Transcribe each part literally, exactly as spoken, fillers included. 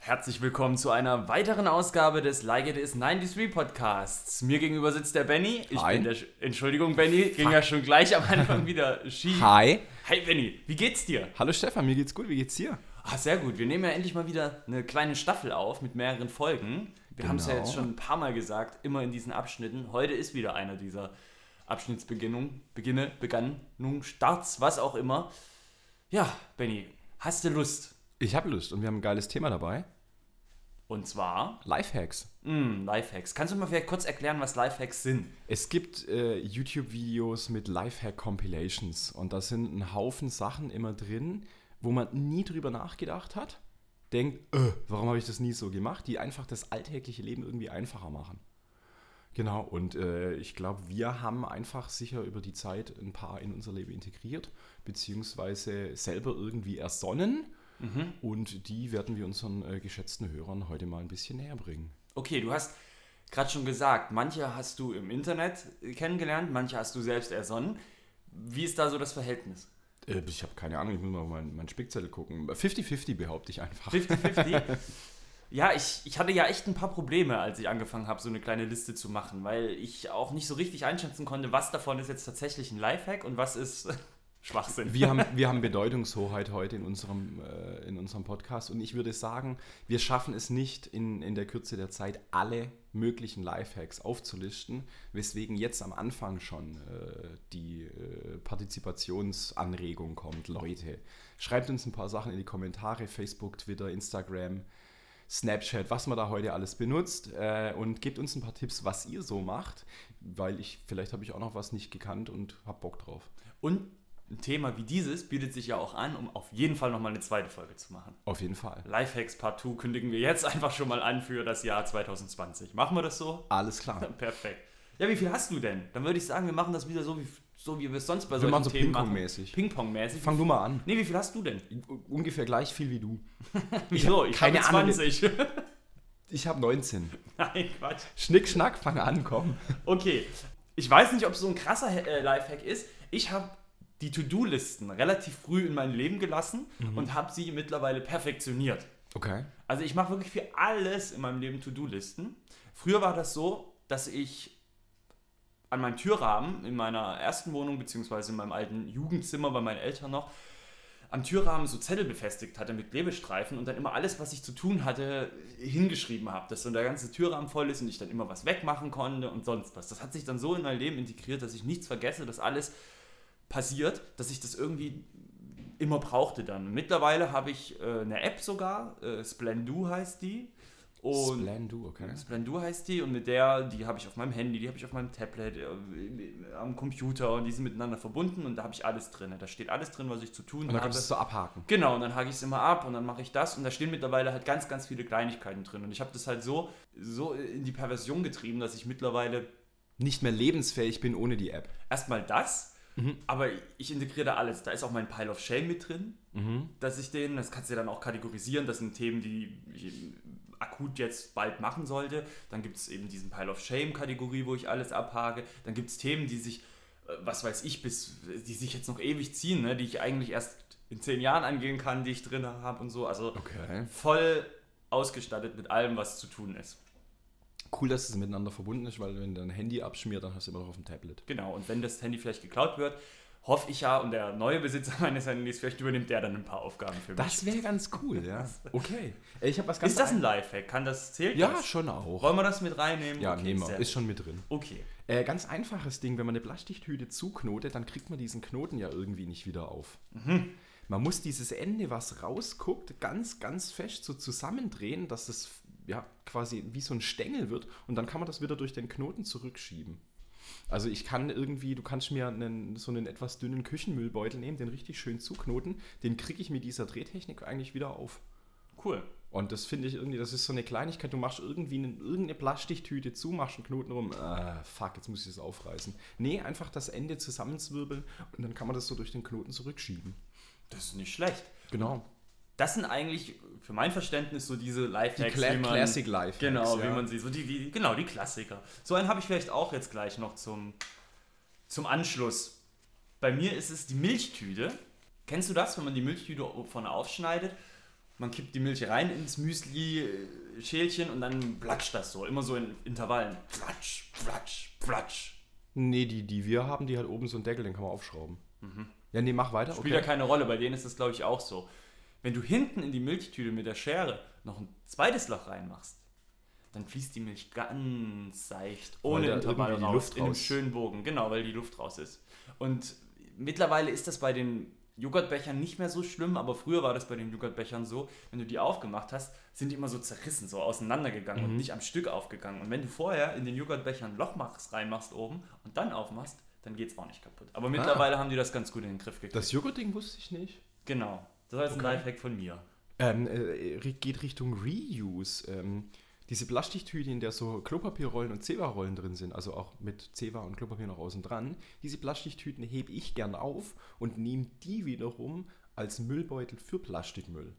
Herzlich willkommen zu einer weiteren Ausgabe des Like It Is neununddreißig Podcasts. Mir gegenüber sitzt der Benny. Ich Hi. bin der Sch- Entschuldigung, Benny, ging Fuck. ja schon gleich am Anfang wieder schief. Hi. Hi, Benny, wie geht's dir? Hallo Stefan, mir geht's gut, wie geht's dir? Ah, sehr gut. Wir nehmen ja endlich mal wieder eine kleine Staffel auf mit mehreren Folgen. Wir Genau. haben es ja jetzt schon ein paar Mal gesagt, immer in diesen Abschnitten. Heute ist wieder einer dieser Abschnittsbeginnung, Beginne, Begannung, Starts, was auch immer. Ja, Benny, hast du Lust? Ich habe Lust und wir haben ein geiles Thema dabei. Und zwar? Lifehacks. Mm, Lifehacks. Kannst du mal vielleicht kurz erklären, was Lifehacks sind? Es gibt äh, YouTube-Videos mit Lifehack-Compilations und da sind ein Haufen Sachen immer drin, wo man nie drüber nachgedacht hat. Denkt, äh, warum habe ich das nie so gemacht? Die einfach das alltägliche Leben irgendwie einfacher machen. Genau, und äh, ich glaube, wir haben einfach sicher über die Zeit ein paar in unser Leben integriert, beziehungsweise selber irgendwie ersonnen. Mhm. Und die werden wir unseren äh, geschätzten Hörern heute mal ein bisschen näher bringen. Okay, du hast gerade schon gesagt, manche hast du im Internet kennengelernt, manche hast du selbst ersonnen. Wie ist da so das Verhältnis? Äh, ich habe keine Ahnung, ich muss mal auf meinen mein Spickzettel gucken. fünfzig fünfzig behaupte ich einfach. fünfzig fünfzig? Ja, ich, ich hatte ja echt ein paar Probleme, als ich angefangen habe, so eine kleine Liste zu machen, weil ich auch nicht so richtig einschätzen konnte, was davon ist jetzt tatsächlich ein Lifehack und was ist Schwachsinn. Wir haben, wir haben Bedeutungshoheit heute in unserem, äh, in unserem Podcast und ich würde sagen, wir schaffen es nicht in, in der Kürze der Zeit, alle möglichen Lifehacks aufzulisten, weswegen jetzt am Anfang schon äh, die äh, Partizipationsanregung kommt. Leute, schreibt uns ein paar Sachen in die Kommentare, Facebook, Twitter, Instagram, Snapchat, was man da heute alles benutzt äh, und gebt uns ein paar Tipps, was ihr so macht, weil ich, vielleicht habe ich auch noch was nicht gekannt und habe Bock drauf. Und ein Thema wie dieses bietet sich ja auch an, um auf jeden Fall nochmal eine zweite Folge zu machen. Auf jeden Fall. Lifehacks Part zwei kündigen wir jetzt einfach schon mal an für das Jahr zwanzig zwanzig. Machen wir das so? Alles klar. Perfekt. Ja, wie viel hast du denn? Dann würde ich sagen, wir machen das wieder so, wie, so wie wir es sonst bei wir solchen machen so Themen machen. Ping-Pong-mäßig. Ping-Pong-mäßig. Fang du mal an. Nee, wie viel hast du denn? Ungefähr gleich viel wie du. Wieso? Ich, ich habe zwanzig. Ich habe neunzehn. Nein, Quatsch. Schnick, schnack, fang an, komm. Okay. Ich weiß nicht, ob es so ein krasser äh, Lifehack ist. Ich habe die To-Do-Listen relativ früh in mein Leben gelassen mhm. und habe sie mittlerweile perfektioniert. Okay. Also ich mache wirklich für alles in meinem Leben To-Do-Listen. Früher war das so, dass ich an meinem Türrahmen in meiner ersten Wohnung, beziehungsweise in meinem alten Jugendzimmer bei meinen Eltern noch, am Türrahmen so Zettel befestigt hatte mit Klebestreifen und dann immer alles, was ich zu tun hatte, hingeschrieben habe, dass so der ganze Türrahmen voll ist und ich dann immer was wegmachen konnte und sonst was. Das hat sich dann so in mein Leben integriert, dass ich nichts vergesse, dass alles passiert, dass ich das irgendwie immer brauchte dann. Und mittlerweile habe ich äh, eine App sogar, äh, Splendu heißt die. Und Splendu, okay. Splendu heißt die und mit der, die habe ich auf meinem Handy, die habe ich auf meinem Tablet, äh, am Computer und die sind miteinander verbunden und da habe ich alles drin. Da steht alles drin, was ich zu tun habe. Und dann kannst du es so abhaken. Genau, und dann hake ich es immer ab und dann mache ich das und da stehen mittlerweile halt ganz, ganz viele Kleinigkeiten drin. Und ich habe das halt so, so in die Perversion getrieben, dass ich mittlerweile nicht mehr lebensfähig bin ohne die App. Erstmal das. Mhm. Aber ich integriere da alles. Da ist auch mein Pile of Shame mit drin, mhm. dass ich den, das kannst du ja dann auch kategorisieren, das sind Themen, die ich akut jetzt bald machen sollte. Dann gibt es eben diesen Pile of Shame-Kategorie, wo ich alles abhake. Dann gibt es Themen, die sich, was weiß ich, bis, die sich jetzt noch ewig ziehen, ne? Die ich eigentlich erst in zehn Jahren angehen kann, die ich drin habe und so. Also okay. Voll ausgestattet mit allem, was zu tun ist. Cool, dass es miteinander verbunden ist, weil wenn dein Handy abschmiert, dann hast du immer noch auf dem Tablet. Genau, und wenn das Handy vielleicht geklaut wird, hoffe ich ja, und der neue Besitzer meines Handys, vielleicht übernimmt der dann ein paar Aufgaben für mich. Das wäre ganz cool, ja. Okay. Ich hab was ganz ist das ein Lifehack? Kann das zählen? Ja, das? schon auch. Wollen wir das mit reinnehmen? Ja, okay, nehmen wir. Ist schon mit drin. Okay. Äh, ganz einfaches Ding, wenn man eine Plastiktüte zuknotet, dann kriegt man diesen Knoten ja irgendwie nicht wieder auf. Mhm. Man muss dieses Ende, was rausguckt, ganz, ganz fest so zusammendrehen, dass es ja quasi wie so ein Stängel wird und dann kann man das wieder durch den Knoten zurückschieben. Also ich kann irgendwie, du kannst mir einen, so einen etwas dünnen Küchenmüllbeutel nehmen, den richtig schön zuknoten, den kriege ich mit dieser Drehtechnik eigentlich wieder auf. Cool. Und das finde ich irgendwie, das ist so eine Kleinigkeit, du machst irgendwie eine, irgendeine Plastiktüte zu, machst einen Knoten rum, ah, fuck, jetzt muss ich das aufreißen. Nee, einfach das Ende zusammenzwirbeln und dann kann man das so durch den Knoten zurückschieben. Das ist nicht schlecht. Genau. Das sind eigentlich, für mein Verständnis, so diese Lifehacks, die Cla- wie man, Classic Lifehacks. Genau, ja. wie man sie, so die, die, genau, die Klassiker. So einen habe ich vielleicht auch jetzt gleich noch zum, zum Anschluss. Bei mir ist es die Milchtüte. Kennst du das, wenn man die Milchtüte vorne aufschneidet? man kippt die Milch rein ins Müsli-Schälchen und dann platscht das so, immer so in Intervallen. Platsch, platsch, platsch. Nee, die, die wir haben, die hat oben so einen Deckel, den kann man aufschrauben. Mhm. Ja, nee, mach weiter. Spielt ja keine Rolle, bei denen ist das, glaube ich, auch so. Wenn du hinten in die Milchtüte mit der Schere noch ein zweites Loch reinmachst, dann fließt die Milch ganz seicht, ohne da Intervall irgendwie die raus, Luft in einem raus. schönen Bogen. Genau, weil die Luft raus ist. Und mittlerweile ist das bei den Joghurtbechern nicht mehr so schlimm, aber früher war das bei den Joghurtbechern so, wenn du die aufgemacht hast, sind die immer so zerrissen, so auseinandergegangen Mhm. und nicht am Stück aufgegangen. Und wenn du vorher in den Joghurtbecher ein Loch machst, reinmachst oben und dann aufmachst, dann geht es auch nicht kaputt. Aber mittlerweile haben die das ganz gut in den Griff gekriegt. Das Joghurtding wusste ich nicht. Genau. Das ist ein Okay. Lifehack von mir. Ähm, äh, geht Richtung Reuse. Ähm, diese Plastiktüte, in der so Klopapierrollen und Zewa-Rollen drin sind, also auch mit Zewa und Klopapier noch außen dran, diese Plastiktüten hebe ich gern auf und nehme die wiederum als Müllbeutel für Plastikmüll.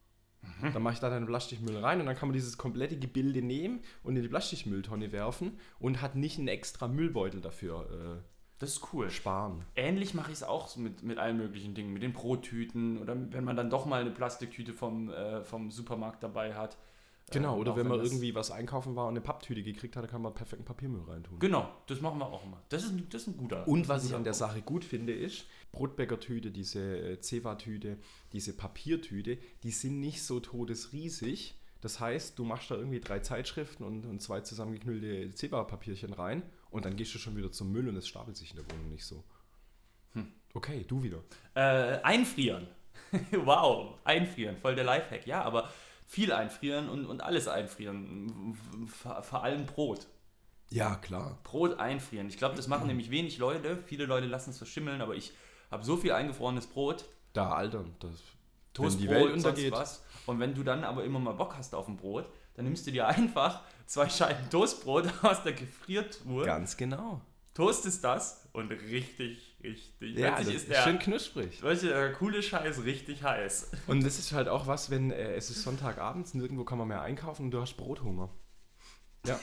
Mhm. Dann mache ich da den Plastikmüll rein und dann kann man dieses komplette Gebilde nehmen und in die Plastikmülltonne werfen und hat nicht einen extra Müllbeutel dafür Das ist cool. äh, sparen. Ähnlich mache ich es auch so mit, mit allen möglichen Dingen, mit den Brottüten oder wenn man dann doch mal eine Plastiktüte vom, äh, vom Supermarkt dabei hat. Genau, Äh, oder auch wenn man das- irgendwie was einkaufen war und eine Papptüte gekriegt hat, dann kann man perfekt einen Papiermüll reintun. Genau, das machen wir auch immer. Das ist, das ist ein guter. Und das was ist ich an auch der gut. Sache gut finde, ist, Brotbäckertüte, diese äh, Zewa-Tüte, diese Papiertüte, die sind nicht so todesriesig. Das heißt, du machst da irgendwie drei Zeitschriften und, und zwei zusammengeknüllte Zewa-Papierchen rein und dann gehst du schon wieder zum Müll und es stapelt sich in der Wohnung nicht so. Hm. Okay, du wieder. Äh, einfrieren. Wow, einfrieren, voll der Lifehack. Ja, aber viel einfrieren und, und alles einfrieren. Vor, vor allem Brot. Ja, klar. Brot einfrieren. Ich glaube, das machen nämlich wenig Leute. Viele Leute lassen es verschimmeln, aber ich habe so viel eingefrorenes Brot. Da, Alter, das, wenn Toastbrot die Welt und sonst untergeht. was. Und wenn du dann aber immer mal Bock hast auf ein Brot, dann nimmst du dir einfach zwei Scheiben Toastbrot aus der Gefriertruhe, Ganz genau. toastest das und richtig, richtig. Ja, plötzlich das ist ist der, schön knusprig. weißt du, der coole Scheiß richtig heiß. Und das ist halt auch was, wenn äh, es ist Sonntagabends, nirgendwo kann man mehr einkaufen und du hast Brothunger. Ja.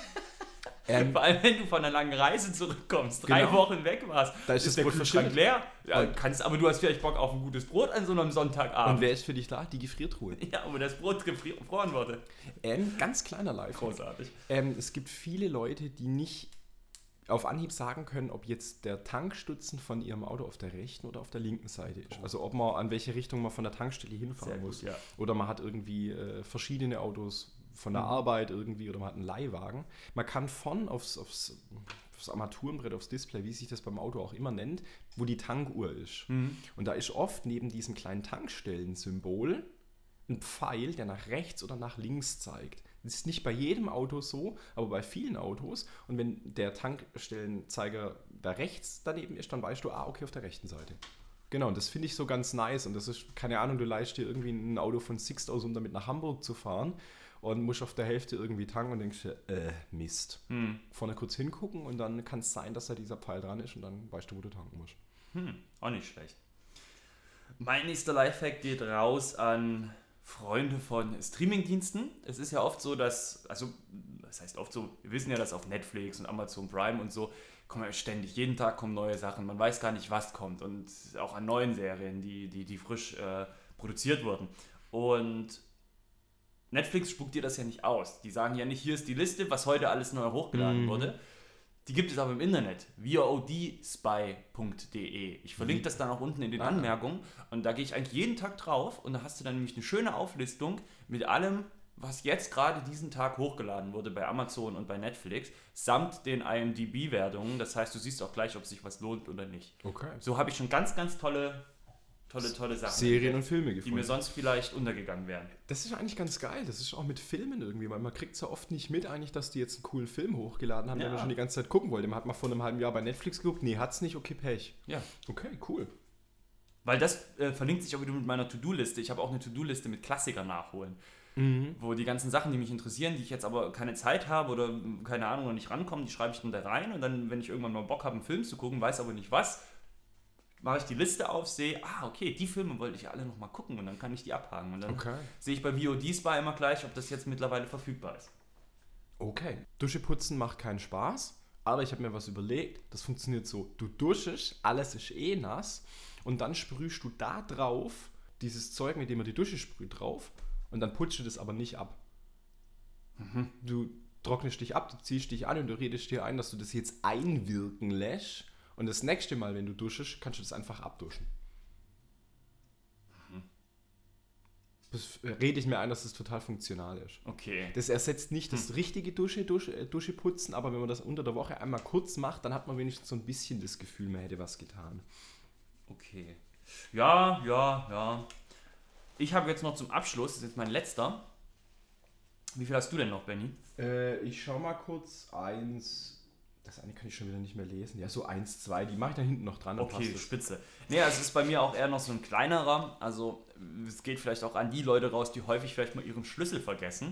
ähm, Vor allem, wenn du von einer langen Reise zurückkommst, drei Genau. Wochen weg warst, Da ist ist das der Brot Kühlschrank verschimmelt. leer. Ja, Und- kannst, aber du hast vielleicht Bock auf ein gutes Brot an so einem Sonntagabend. und wer ist für dich da? Die Gefriertruhe. Ja, aber das Brot gefri- gefroren wurde. Ähm, ganz kleiner Live. Großartig. Ähm, es gibt viele Leute, die nicht auf Anhieb sagen können, ob jetzt der Tankstutzen von ihrem Auto auf der rechten oder auf der linken Seite ist. Also ob man an welche Richtung man von der Tankstelle hinfahren Sehr muss. gut, ja. Oder man hat irgendwie äh, verschiedene Autos von der Mhm. Arbeit irgendwie oder man hat einen Leihwagen. Man kann von aufs, aufs, aufs Armaturenbrett, aufs Display, wie sich das beim Auto auch immer nennt, wo die Tankuhr ist. Mhm. Und da ist oft neben diesem kleinen Tankstellensymbol ein Pfeil, der nach rechts oder nach links zeigt. Das ist nicht bei jedem Auto so, aber bei vielen Autos. Und wenn der Tankstellenzeiger da rechts daneben ist, dann weißt du, ah, okay, auf der rechten Seite. Genau, und das finde ich so ganz nice. Und das ist, keine Ahnung, du leihst dir irgendwie ein Auto von Sixt aus, um damit nach Hamburg zu fahren und musst auf der Hälfte irgendwie tanken und denkst dir, äh, Mist. Hm. Vorne kurz hingucken und dann kann es sein, dass da dieser Pfeil dran ist und dann weißt du, wo du tanken musst. Hm, auch nicht schlecht. Mein nächster Lifehack geht raus an Freunde von Streamingdiensten. Es ist ja oft so, dass, also, das heißt oft so, wir wissen ja, dass auf Netflix und Amazon Prime und so kommen ja ständig, jeden Tag kommen neue Sachen. Man weiß gar nicht, was kommt. Und auch an neuen Serien, die, die, die frisch äh, produziert wurden. Und Netflix spuckt dir das ja nicht aus. Die sagen ja nicht, hier ist die Liste, was heute alles neu hochgeladen Mhm. wurde. Die gibt es aber im Internet, v o d spy punkt d e. Ich verlinke das dann auch unten in den Ah. Anmerkungen und da gehe ich eigentlich jeden Tag drauf und da hast du dann nämlich eine schöne Auflistung mit allem, was jetzt gerade diesen Tag hochgeladen wurde bei Amazon und bei Netflix, samt den I M D B-Wertungen. Das heißt, du siehst auch gleich, ob sich was lohnt oder nicht. Okay. So habe ich schon ganz, ganz tolle, tolle, tolle Sachen Serien und entdeckt, Filme die gefunden. mir sonst vielleicht untergegangen wären. Das ist eigentlich ganz geil. Das ist auch mit Filmen irgendwie, weil man kriegt so oft nicht mit eigentlich, dass die jetzt einen coolen Film hochgeladen haben, Ja. den man schon die ganze Zeit gucken wollte. Man hat mal vor einem halben Jahr bei Netflix geguckt, nee, hat's nicht, okay, Pech. Ja. Okay, cool. Weil das äh, verlinkt sich auch wieder mit meiner To-Do-Liste. Ich habe auch eine To-Do-Liste mit Klassiker nachholen. Wo die ganzen Sachen, die mich interessieren, die ich jetzt aber keine Zeit habe oder mm, keine Ahnung noch nicht rankomme, die schreibe ich dann da rein und dann, wenn ich irgendwann mal Bock habe, einen Film zu gucken, weiß aber nicht was, mache ich die Liste auf, sehe, ah, okay, die Filme wollte ich ja alle nochmal gucken und dann kann ich die abhaken. Und dann Okay. sehe ich bei V O D Spy immer gleich, ob das jetzt mittlerweile verfügbar ist. Okay. Dusche putzen macht keinen Spaß, aber ich habe mir was überlegt. Das funktioniert so. Du duschest, alles ist eh nass und dann sprühst du da drauf dieses Zeug, mit dem man die Dusche sprüht, drauf und dann putzt du das aber nicht ab. Mhm. Du trocknest dich ab, du ziehst dich an und du redest dir ein, dass du das jetzt einwirken lässt und das nächste Mal, wenn du duschst, kannst du das einfach abduschen. Mhm. Das rede ich mir ein, dass das total funktional ist. Okay. Das ersetzt nicht das richtige Dusche, Dusche, Dusche putzen, aber wenn man das unter der Woche einmal kurz macht, dann hat man wenigstens so ein bisschen das Gefühl, man hätte was getan. Okay. Ja, ja, ja. Ich habe jetzt noch zum Abschluss, das ist jetzt mein letzter. Wie viel hast du denn noch, Benni? Äh, ich schau mal kurz. Eins. Das eine kann ich schon wieder nicht mehr lesen. Ja, so eins, zwei. Die mache ich da hinten noch dran. Dann Okay, passt es. spitze. Nee, also es ist bei mir auch eher noch so ein kleinerer. Also es geht vielleicht auch an die Leute raus, die häufig vielleicht mal ihren Schlüssel vergessen.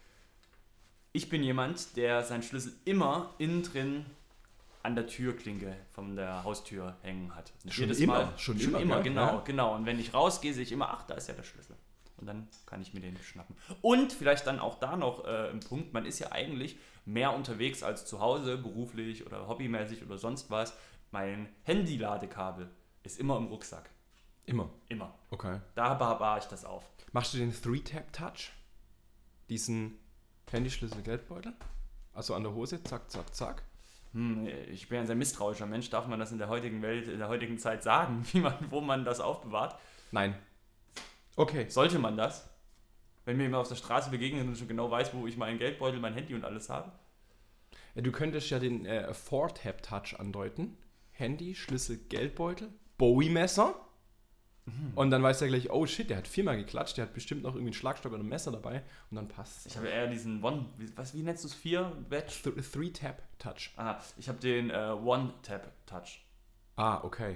Ich bin jemand, der seinen Schlüssel immer innen drin an der Türklinke von der Haustür hängen hat. Und Schon jedes immer, Mal, schon schon immer, immer, gell? genau, Ja. genau. Und wenn ich rausgehe, sehe ich immer, ach, da ist ja der Schlüssel. Und dann kann ich mir den schnappen. Und vielleicht dann auch da noch äh, ein Punkt, man ist ja eigentlich mehr unterwegs als zu Hause, beruflich oder hobbymäßig oder sonst was. Mein Handy-Ladekabel ist immer im Rucksack. Immer. Immer. Okay. Da bewahre ich das auf. Machst du den Three-Tap-Touch? Diesen Handyschlüssel-Geldbeutel? Also an der Hose, zack, zack, zack. Hm, ich bin ein sehr misstrauischer Mensch. Darf man das in der heutigen Welt, in der heutigen Zeit sagen, wie man, wo man das aufbewahrt? Nein. Okay. Sollte man das? Wenn mir jemand auf der Straße begegnet und schon genau weiß, wo ich meinen Geldbeutel, mein Handy und alles habe? Ja, du könntest ja den äh, Four-Tap-Touch andeuten. Handy, Schlüssel, Geldbeutel, Bowie-Messer. Mhm. Und dann weiß er gleich, oh shit, der hat viermal geklatscht, der hat bestimmt noch irgendwie einen Schlagstock oder ein Messer dabei. Und dann passt Ich habe eher diesen One, wie- was, wie nennst du es? Vier? Batch? Th- Three-Tap-Touch. Aha, ich habe den äh, One-Tap-Touch. Ah, okay.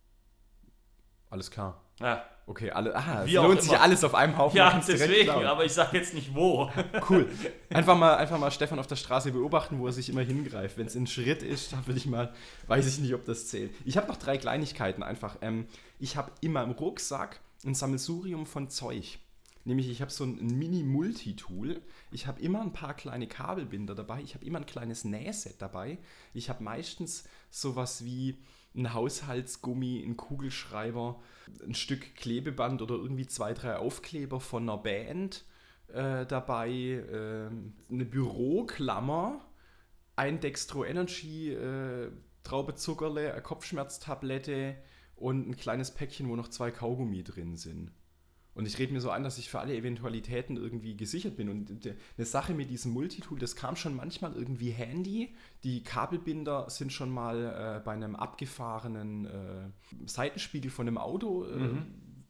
Alles klar. Ja, Okay, alle, ah, es Wie auch lohnt sich immer. alles auf einem Haufen. man ja kann's direkt deswegen, klauen. aber ich sage jetzt nicht wo. Cool. Einfach mal, einfach mal Stefan auf der Straße beobachten, wo er sich immer hingreift. Wenn es ein Schritt ist, dann will ich mal, weiß ich nicht, ob das zählt. Ich habe noch drei Kleinigkeiten einfach. Ähm, ich habe immer im Rucksack ein Sammelsurium von Zeug. Nämlich, ich habe so ein Mini-Multitool. Ich habe immer ein paar kleine Kabelbinder dabei. Ich habe immer ein kleines Nähset dabei. Ich habe meistens sowas wie ein Haushaltsgummi, ein Kugelschreiber, ein Stück Klebeband oder irgendwie zwei, drei Aufkleber von einer Band äh, dabei, äh, eine Büroklammer, ein Dextro Energy äh, Traubezuckerle, eine Kopfschmerztablette und ein kleines Päckchen, wo noch zwei Kaugummi drin sind. Und ich rede mir so ein, dass ich für alle Eventualitäten irgendwie gesichert bin. Und de- eine Sache mit diesem Multitool, das kam schon manchmal irgendwie handy. Die Kabelbinder sind schon mal äh, bei einem abgefahrenen äh, Seitenspiegel von einem Auto äh, Mhm.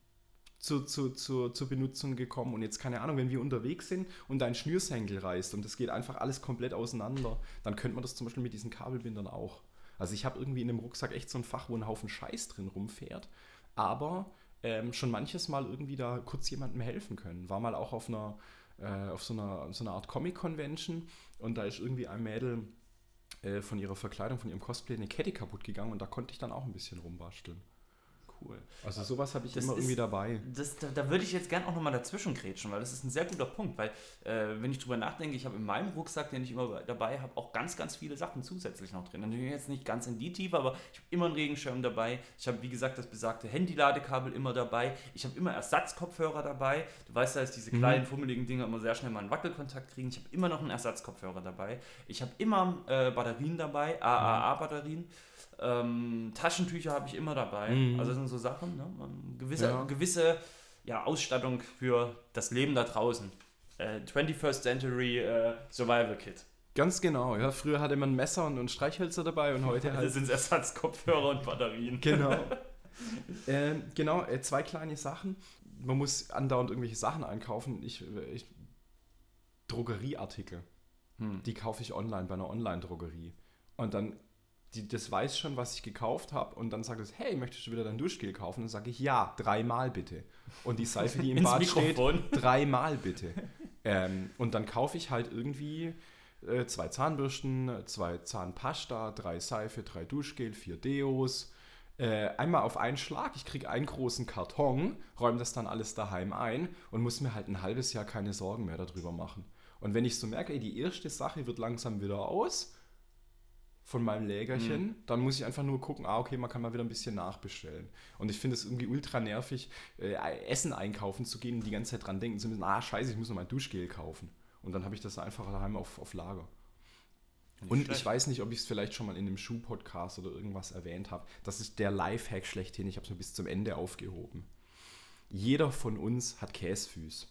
zu, zu, zu, zur Benutzung gekommen. Und jetzt, keine Ahnung, wenn wir unterwegs sind und dein Schnürsenkel reißt und das geht einfach alles komplett auseinander, dann könnte man das zum Beispiel mit diesen Kabelbindern auch. Also ich habe irgendwie in dem Rucksack echt so ein Fach, wo ein Haufen Scheiß drin rumfährt. Aber ähm, schon manches Mal irgendwie da kurz jemandem helfen können. War mal auch auf einer, äh, auf so einer, so einer Art Comic-Convention und da ist irgendwie ein Mädel äh, von ihrer Verkleidung, von ihrem Cosplay eine Kette kaputt gegangen und da konnte ich dann auch ein bisschen rumbasteln. Cool. Also sowas habe ich Das immer ist- irgendwie dabei. Das, da, da würde ich jetzt gerne auch nochmal dazwischen grätschen, weil das ist ein sehr guter Punkt, weil äh, wenn ich drüber nachdenke, ich habe in meinem Rucksack, den ich immer dabei habe, auch ganz, ganz viele Sachen zusätzlich noch drin. Natürlich jetzt nicht ganz in die Tiefe, aber ich habe immer einen Regenschirm dabei. Ich habe, wie gesagt, das besagte Handy-Ladekabel immer dabei. Ich habe immer Ersatzkopfhörer dabei. Du weißt ja, dass diese Mhm. kleinen, fummeligen Dinger immer sehr schnell mal einen Wackelkontakt kriegen. Ich habe immer noch einen Ersatzkopfhörer dabei. Ich habe immer äh, Batterien dabei, A A A-Batterien. Ähm, Taschentücher habe ich immer dabei. Mhm. Also das sind so Sachen, ne? Man- gewisse, Ja. gewisse ja, Ausstattung für das Leben da draußen. Äh, twenty-first Century äh, Survival Kit. Ganz genau, ja. Früher hatte man ein Messer und einen Streichhölzer dabei und heute Das halt. sind Ersatzkopfhörer und Batterien. Genau. ähm, genau, äh, zwei kleine Sachen. Man muss andauernd irgendwelche Sachen einkaufen. Ich, ich Drogerieartikel, Hm. die kaufe ich online bei einer Online-Drogerie. Und dann, die, das weiß schon, was ich gekauft habe. Und dann sagt es, hey, möchtest du wieder dein Duschgel kaufen? Und dann sage ich, ja, dreimal bitte. Und die Seife, die im Ins Bad Mikrofon. steht, dreimal bitte. ähm, und dann kaufe ich halt irgendwie äh, zwei Zahnbürsten, zwei Zahnpasta, drei Seife, drei Duschgel, vier Deos. Äh, einmal auf einen Schlag. Ich kriege einen großen Karton, räume das dann alles daheim ein und muss mir halt ein halbes Jahr keine Sorgen mehr darüber machen. Und wenn ich so merke, ey, die erste Sache wird langsam wieder aus, von meinem Lägerchen. Mhm. Dann muss ich einfach nur gucken, ah, okay, man kann mal wieder ein bisschen nachbestellen. Und ich finde es irgendwie ultra nervig, äh, Essen einkaufen zu gehen und die ganze Zeit dran denken zu müssen, ah, scheiße, ich muss noch mein Duschgel kaufen. Und dann habe ich das einfach daheim auf, auf Lager. Nicht Und schlecht. ich weiß nicht, ob ich es vielleicht schon mal in einem Schuh-Podcast oder irgendwas erwähnt habe. Das ist der Lifehack schlechthin. Ich habe es mir bis zum Ende aufgehoben. Jeder von uns hat Käsfüß.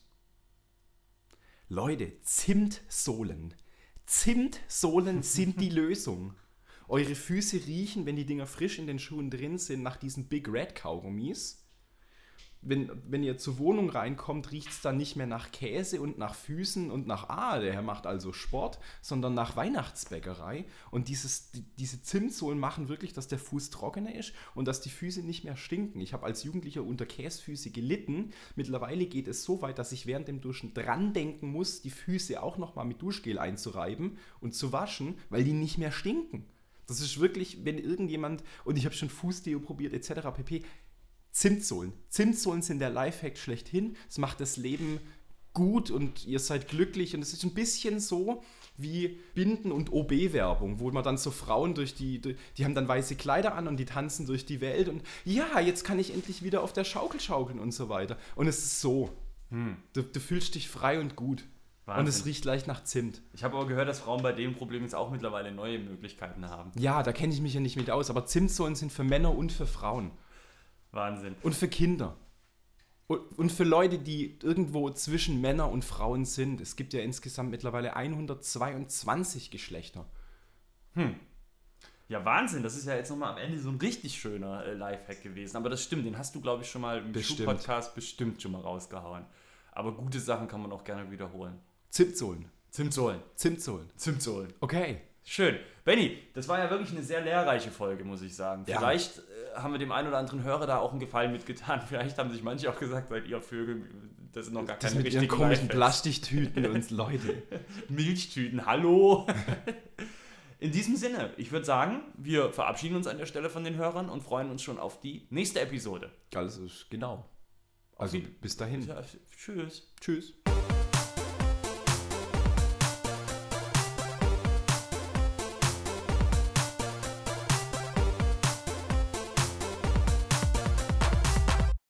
Leute, Zimtsohlen. Zimtsohlen sind die Lösung. Eure Füße riechen, wenn die Dinger frisch in den Schuhen drin sind, nach diesen Big Red Kaugummis. Wenn, wenn ihr zur Wohnung reinkommt, riecht es dann nicht mehr nach Käse und nach Füßen und nach, ah, der Herr macht also Sport, sondern nach Weihnachtsbäckerei. Und dieses, die, diese Zimtsohlen machen wirklich, dass der Fuß trockener ist und dass die Füße nicht mehr stinken. Ich habe als Jugendlicher unter Käsfüße gelitten. Mittlerweile geht es so weit, dass ich während dem Duschen dran denken muss, die Füße auch nochmal mit Duschgel einzureiben und zu waschen, weil die nicht mehr stinken. Das ist wirklich, wenn irgendjemand, und ich habe schon Fußdeo probiert et cetera pp., Zimtsohlen. Zimtsohlen sind der Lifehack schlechthin. Es macht das Leben gut und ihr seid glücklich. Und es ist ein bisschen so wie Binden- und O B-Werbung, wo man dann so Frauen durch die, die haben dann weiße Kleider an und die tanzen durch die Welt. Und ja, jetzt kann ich endlich wieder auf der Schaukel schaukeln und so weiter. Und es ist so. Hm. Du, du fühlst dich frei und gut. Wahnsinn. Und es riecht leicht nach Zimt. Ich habe aber gehört, dass Frauen bei dem Problem jetzt auch mittlerweile neue Möglichkeiten haben. Ja, da kenne ich mich ja nicht mit aus. Aber Zimtsohlen sind für Männer und für Frauen. Wahnsinn. Und für Kinder. Und, und für Leute, die irgendwo zwischen Männer und Frauen sind. Es gibt ja insgesamt mittlerweile hundertzweiundzwanzig Geschlechter. Hm. Ja, Wahnsinn. Das ist ja jetzt nochmal am Ende so ein richtig schöner äh, Lifehack gewesen. Aber das stimmt, den hast du, glaube ich, schon mal im Schuh-Podcast bestimmt schon mal rausgehauen. Aber gute Sachen kann man auch gerne wiederholen. Zimtsohlen. Zimtsohlen. Zimtsohlen. Zimtsohlen. Okay. Schön. Benni, das war ja wirklich eine sehr lehrreiche Folge, muss ich sagen. Ja. Vielleicht äh, haben wir dem einen oder anderen Hörer da auch einen Gefallen mitgetan. Vielleicht haben sich manche auch gesagt, seid ihr Vögel, das sind noch gar das keine mit ihren richtigen komischen Lifehacks. Plastiktüten und Leute. Milchtüten, hallo. In diesem Sinne, ich würde sagen, wir verabschieden uns an der Stelle von den Hörern und freuen uns schon auf die nächste Episode. Also, genau. Also, die- bis dahin. Ja, tschüss. Tschüss.